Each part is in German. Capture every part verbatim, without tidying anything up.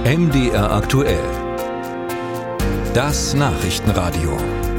M D R aktuell. Das Nachrichtenradio.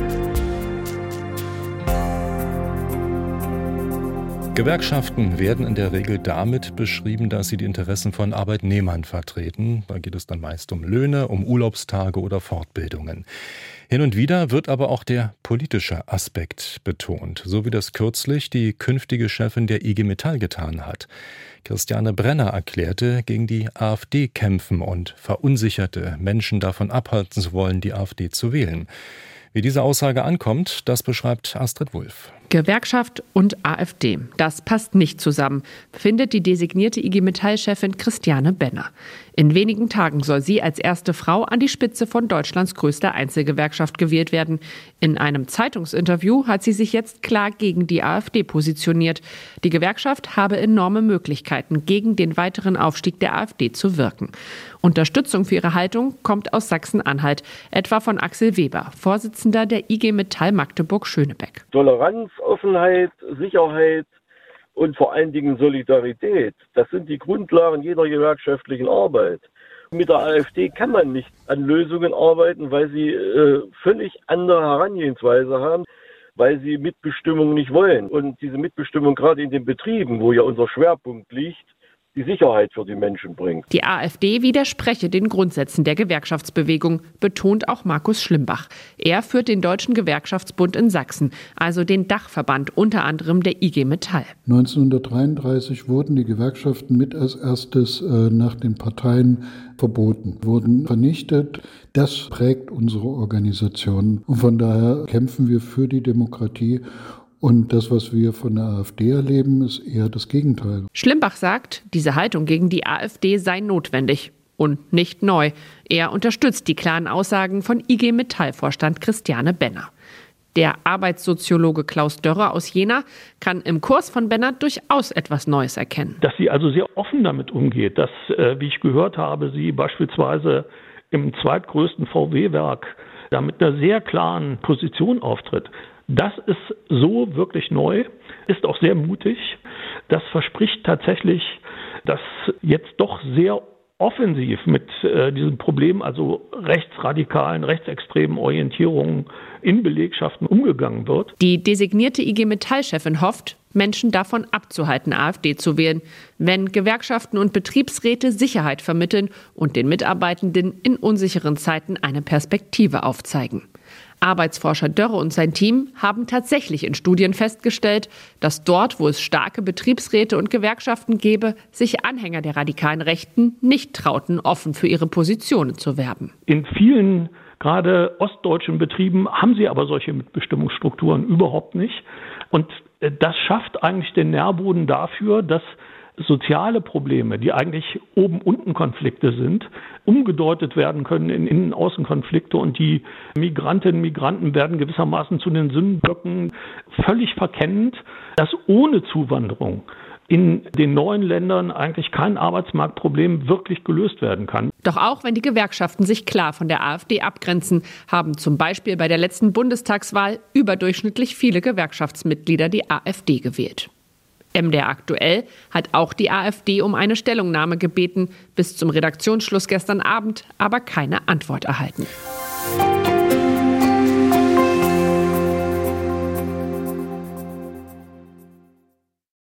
Gewerkschaften werden in der Regel damit beschrieben, dass sie die Interessen von Arbeitnehmern vertreten. Da geht es dann meist um Löhne, um Urlaubstage oder Fortbildungen. Hin und wieder wird aber auch der politische Aspekt betont, so wie das kürzlich die künftige Chefin der I G Metall getan hat. Christiane Brenner erklärte, gegen die AfD kämpfen und verunsicherte Menschen davon abhalten zu wollen, die AfD zu wählen. Wie diese Aussage ankommt, das beschreibt Astrid Wulff. Gewerkschaft und AfD, das passt nicht zusammen, findet die designierte I G Metall-Chefin Christiane Benner. In wenigen Tagen soll sie als erste Frau an die Spitze von Deutschlands größter Einzelgewerkschaft gewählt werden. In einem Zeitungsinterview hat sie sich jetzt klar gegen die AfD positioniert. Die Gewerkschaft habe enorme Möglichkeiten, gegen den weiteren Aufstieg der AfD zu wirken. Unterstützung für ihre Haltung kommt aus Sachsen-Anhalt, etwa von Axel Weber, Vorsitzender der I G Metall Magdeburg-Schönebeck. Toleranz, Offenheit, Sicherheit und vor allen Dingen Solidarität, das sind die Grundlagen jeder gewerkschaftlichen Arbeit. Mit der AfD kann man nicht an Lösungen arbeiten, weil sie äh, völlig andere Herangehensweise haben, weil sie Mitbestimmung nicht wollen. Und diese Mitbestimmung gerade in den Betrieben, wo ja unser Schwerpunkt liegt, die Sicherheit für die Menschen bringt. Die AfD widerspreche den Grundsätzen der Gewerkschaftsbewegung, betont auch Markus Schlimbach. Er führt den Deutschen Gewerkschaftsbund in Sachsen, also den Dachverband unter anderem der I G Metall. neunzehnhundertdreiunddreißig wurden die Gewerkschaften mit als erstes äh, nach den Parteien verboten, wurden vernichtet. Das prägt unsere Organisation und von daher kämpfen wir für die Demokratie. Und das, was wir von der AfD erleben, ist eher das Gegenteil. Schlimbach sagt, diese Haltung gegen die AfD sei notwendig und nicht neu. Er unterstützt die klaren Aussagen von I G Metall-Vorstand Christiane Benner. Der Arbeitssoziologe Klaus Dörrer aus Jena kann im Kurs von Benner durchaus etwas Neues erkennen. Dass sie also sehr offen damit umgeht, dass, äh, wie ich gehört habe, sie beispielsweise im zweitgrößten V W-Werk da mit einer sehr klaren Position auftritt. Das ist so wirklich neu, ist auch sehr mutig. Das verspricht tatsächlich, dass jetzt doch sehr offensiv mit äh, diesem Problem, also rechtsradikalen, rechtsextremen Orientierungen in Belegschaften umgegangen wird. Die designierte I G Metall-Chefin hofft, Menschen davon abzuhalten, AfD zu wählen, wenn Gewerkschaften und Betriebsräte Sicherheit vermitteln und den Mitarbeitenden in unsicheren Zeiten eine Perspektive aufzeigen. Arbeitsforscher Dörre und sein Team haben tatsächlich in Studien festgestellt, dass dort, wo es starke Betriebsräte und Gewerkschaften gäbe, sich Anhänger der radikalen Rechten nicht trauten, offen für ihre Positionen zu werben. In vielen, gerade ostdeutschen Betrieben, haben sie aber solche Mitbestimmungsstrukturen überhaupt nicht. Und das schafft eigentlich den Nährboden dafür, dass soziale Probleme, die eigentlich Oben-Unten-Konflikte sind, umgedeutet werden können in Innen-Außen-Konflikte und die Migrantinnen und Migranten werden gewissermaßen zu den Sündenböcken, völlig verkennend, dass ohne Zuwanderung in den neuen Ländern eigentlich kein Arbeitsmarktproblem wirklich gelöst werden kann. Doch auch wenn die Gewerkschaften sich klar von der AfD abgrenzen, haben zum Beispiel bei der letzten Bundestagswahl überdurchschnittlich viele Gewerkschaftsmitglieder die AfD gewählt. M D R aktuell hat auch die AfD um eine Stellungnahme gebeten, bis zum Redaktionsschluss gestern Abend aber keine Antwort erhalten.